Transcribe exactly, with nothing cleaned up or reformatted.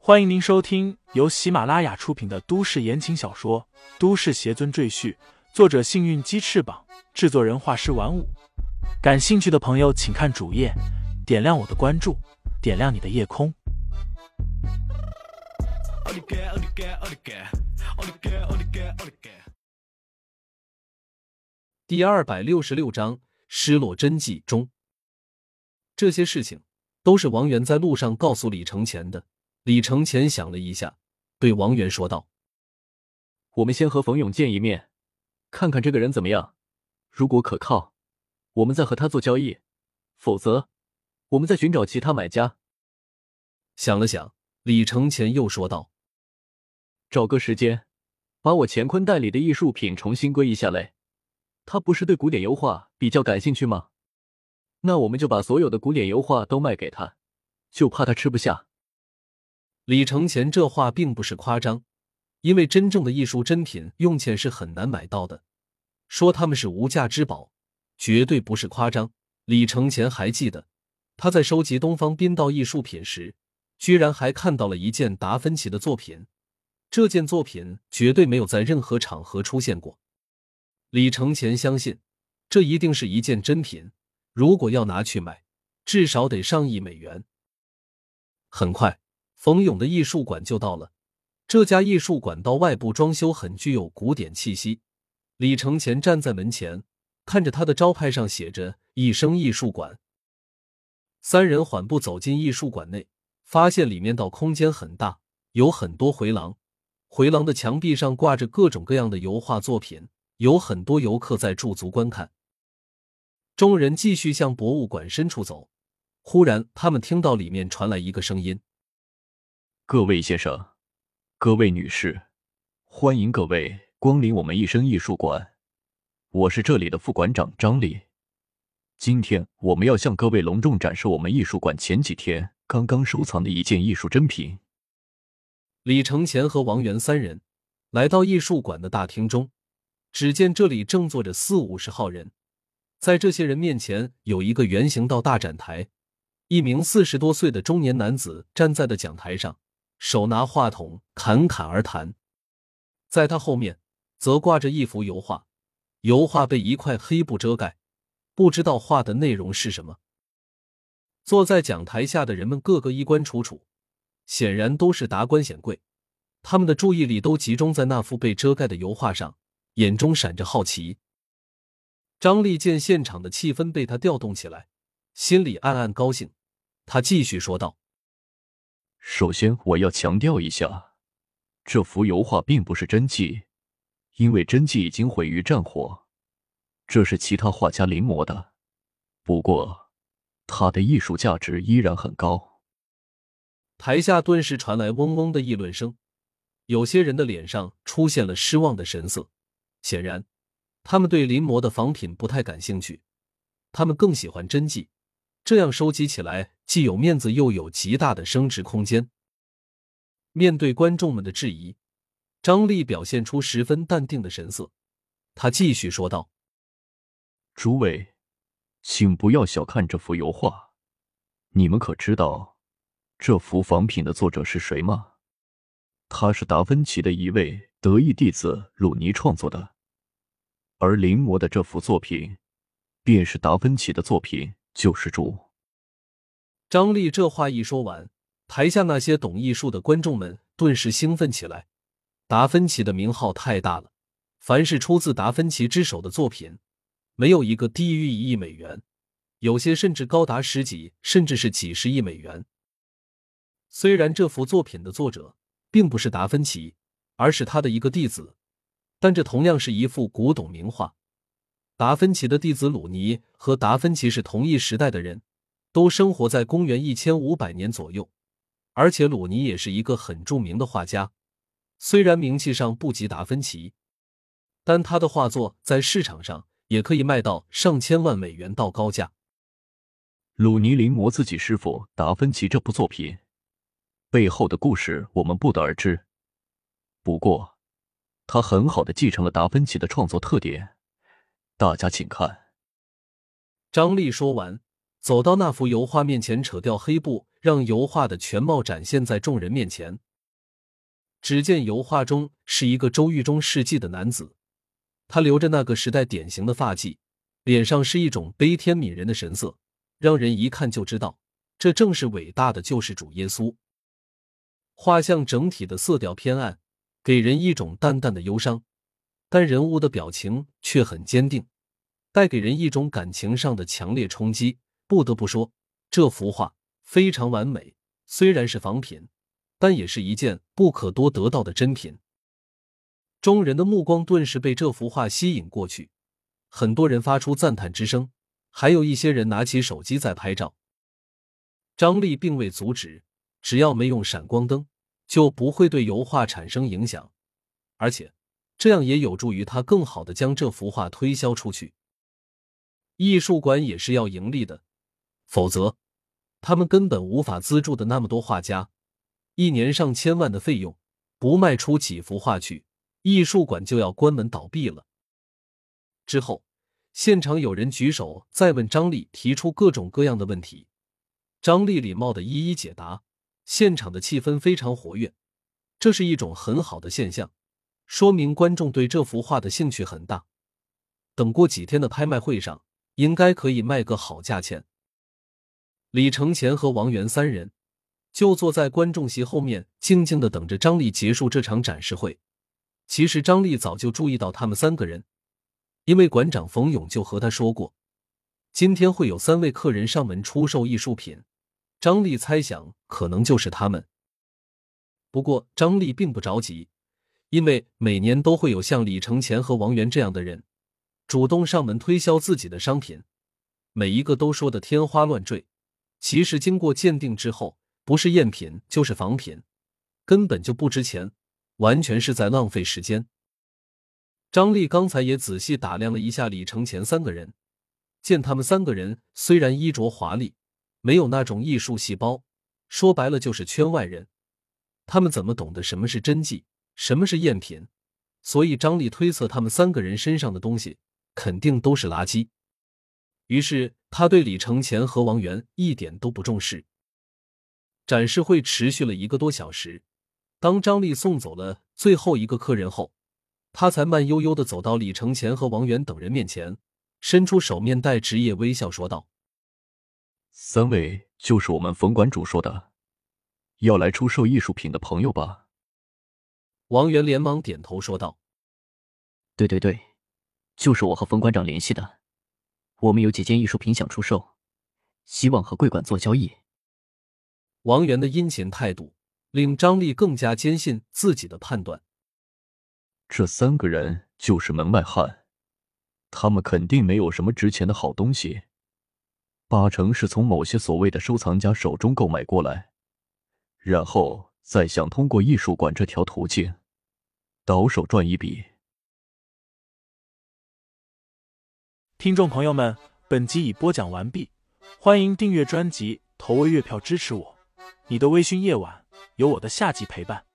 欢迎您收听由喜马拉雅出品的都市言情小说《都市邪尊赘婿》，作者幸运鸡翅膀，制作人画师玩五。感兴趣的朋友请看主页，点亮我的关注，点亮你的夜空。 第二百六十六章失落真迹中，这些事情都是王源在路上告诉李承前的。李承前想了一下，对王源说道： 我们先和冯永见一面，看看这个人怎么样，如果可靠，我们再和他做交易，否则我们再寻找其他买家。 想了想，李承前又说道： 找个时间把我乾坤代理的艺术品重新归一下类。他不是对古典油画比较感兴趣吗？那我们就把所有的古典油画都卖给他，就怕他吃不下。 李承前这话并不是夸张，因为真正的艺术珍品用钱是很难买到的，说他们是无价之宝绝对不是夸张。李承前还记得他在收集东方宾道艺术品时，居然还看到了一件达芬奇的作品，这件作品绝对没有在任何场合出现过。李承前相信这一定是一件真品，如果要拿去卖，至少得上亿美元。很快冯永的艺术馆就到了，这家艺术馆到外部装修很具有古典气息。李承前站在门前，看着他的招牌上写着一生艺术馆。三人缓步走进艺术馆内，发现里面的空间很大，有很多回廊，回廊的墙壁上挂着各种各样的油画作品，有很多游客在驻足观看。众人继续向博物馆深处走，忽然他们听到里面传来一个声音： 各位先生，各位女士，欢迎各位光临我们一生艺术馆。我是这里的副馆长张力。今天我们要向各位隆重展示我们艺术馆前几天刚刚收藏的一件艺术珍品。 李承前和王源三人来到艺术馆的大厅中，只见这里正坐着四五十号人，在这些人面前有一个圆形道大展台，一名四十多岁的中年男子站在的讲台上，手拿话筒侃侃而谈。在他后面则挂着一幅油画，油画被一块黑布遮盖，不知道画的内容是什么。坐在讲台下的人们个个衣冠楚楚，显然都是达官显贵，他们的注意力都集中在那幅被遮盖的油画上，眼中闪着好奇。张力见现场的气氛被他调动起来，心里暗暗高兴，他继续说道： 首先我要强调一下，这幅油画并不是真迹，因为真迹已经毁于战火，这是其他画家临摹的，不过它的艺术价值依然很高。 台下顿时传来嗡嗡的议论声，有些人的脸上出现了失望的神色，显然他们对临摹的仿品不太感兴趣，他们更喜欢真迹，这样收集起来既有面子又有极大的升值空间。面对观众们的质疑，张力表现出十分淡定的神色，他继续说道： 诸位，请不要小看这幅油画，你们可知道这幅仿品的作者是谁吗？他是达芬奇的一位得意弟子鲁尼创作的，而临摹的这幅作品便是达芬奇的作品《救世主》。 张力这话一说完，台下那些懂艺术的观众们顿时兴奋起来。达芬奇的名号太大了，凡是出自达芬奇之手的作品，没有一个低于一亿美元，有些甚至高达十几甚至是几十亿美元。虽然这幅作品的作者并不是达芬奇，而是他的一个弟子，但这同样是一幅古董名画。达芬奇的弟子鲁尼和达芬奇是同一时代的人，都生活在公元一千五百年左右，而且鲁尼也是一个很著名的画家，虽然名气上不及达芬奇，但他的画作在市场上也可以卖到上千万美元到高价。 鲁尼临摹自己师父达芬奇这部作品，背后的故事我们不得而知，不过他很好地继承了达芬奇的创作特点，大家请看。 张力说完，走到那幅油画面前，扯掉黑布， 让油画的全貌展现在众人面前。只见油画中是一个周豫中世纪的男子，他留着那个时代典型的发髻，脸上是一种悲天悯人的神色，让人一看就知道，这正是伟大的救世主耶稣。画像整体的色调偏暗，给人一种淡淡的忧伤，但人物的表情却很坚定，带给人一种感情上的强烈冲击。不得不说，这幅画非常完美，虽然是仿品，但也是一件不可多得到的珍品。众人的目光顿时被这幅画吸引过去，很多人发出赞叹之声，还有一些人拿起手机在拍照。张力并未阻止，只要没用闪光灯，就不会对油画产生影响，而且这样也有助于他更好地将这幅画推销出去。艺术馆也是要盈利的，否则他们根本无法资助的那么多画家，一年上千万的费用，不卖出几幅画去，艺术馆就要关门倒闭了。之后，现场有人举手再问张力，提出各种各样的问题，张力礼貌地一一解答，现场的气氛非常活跃，这是一种很好的现象，说明观众对这幅画的兴趣很大。等过几天的拍卖会上，应该可以卖个好价钱。李承前和王源三人就坐在观众席后面，静静地等着张力结束这场展示会。其实张力早就注意到他们三个人，因为馆长冯勇就和他说过，今天会有三位客人上门出售艺术品，张力猜想可能就是他们。不过张力并不着急，因为每年都会有像李承前和王源这样的人主动上门推销自己的商品，每一个都说得天花乱坠，其实经过鉴定之后，不是赝品就是仿品，根本就不值钱，完全是在浪费时间。张力刚才也仔细打量了一下李承前三个人，见他们三个人虽然衣着华丽，没有那种艺术细胞，说白了就是圈外人，他们怎么懂得什么是真迹，什么是赝品？所以张力推测他们三个人身上的东西肯定都是垃圾。于是他对李承前和王源一点都不重视。展示会持续了一个多小时，当张力送走了最后一个客人后，他才慢悠悠地走到李承前和王源等人面前，伸出手面带职业微笑说道： 三位就是我们冯馆主说的要来出售艺术品的朋友吧？ 王源连忙点头说道： 对对对，就是我和冯馆长联系的，我们有几件艺术品想出售，希望和贵馆做交易。 王源的殷勤态度令张力更加坚信自己的判断。 这三个人就是门外汉，他们肯定没有什么值钱的好东西，八成是从某些所谓的收藏家手中购买过来，然后再想通过艺术馆这条途径倒手赚一笔。 听众朋友们，本集已播讲完毕，欢迎订阅专辑，投喂月票支持我。你的微醺夜晚，有我的下集陪伴。